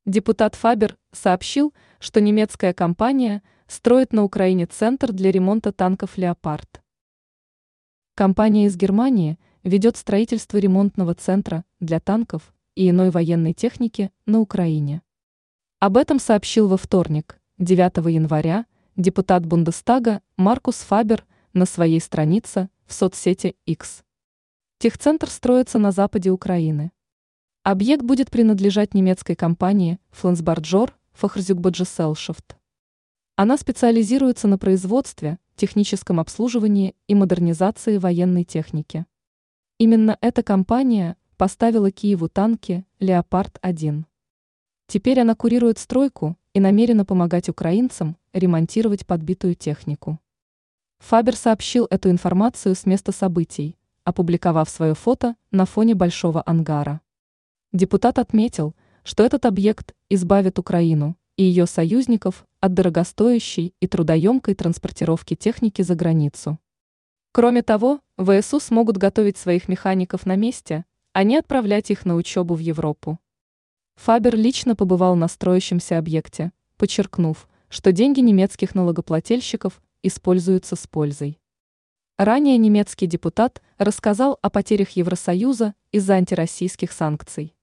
Депутат Фабер сообщил, что немецкая компания строит на Украине центр для ремонта танков «Леопард». Компания из Германии ведет строительство ремонтного центра для танков и иной военной техники на Украине. Об этом сообщил во вторник, 9 января, депутат Бундестага Маркус Фабер на своей странице в соцсети X. Техцентр строится на западе Украины. Объект будет принадлежать немецкой компании Фленсбарджор Фахрзюгбаджеселшафт. Она специализируется на производстве, техническом обслуживании и модернизации военной техники. Именно эта компания поставила Киеву танки «Леопард-1». Теперь она курирует стройку и намерена помогать украинцам ремонтировать подбитую технику. Фабер сообщил эту информацию с места событий, опубликовав свое фото на фоне большого ангара. Депутат отметил, что этот объект избавит Украину и ее союзников от дорогостоящей и трудоемкой транспортировки техники за границу. Кроме того, ВСУ смогут готовить своих механиков на месте, а не отправлять их на учебу в Европу. Фабер лично побывал на строящемся объекте, подчеркнув, что деньги немецких налогоплательщиков используются с пользой. Ранее немецкий депутат рассказал о потерях Евросоюза из-за антироссийских санкций.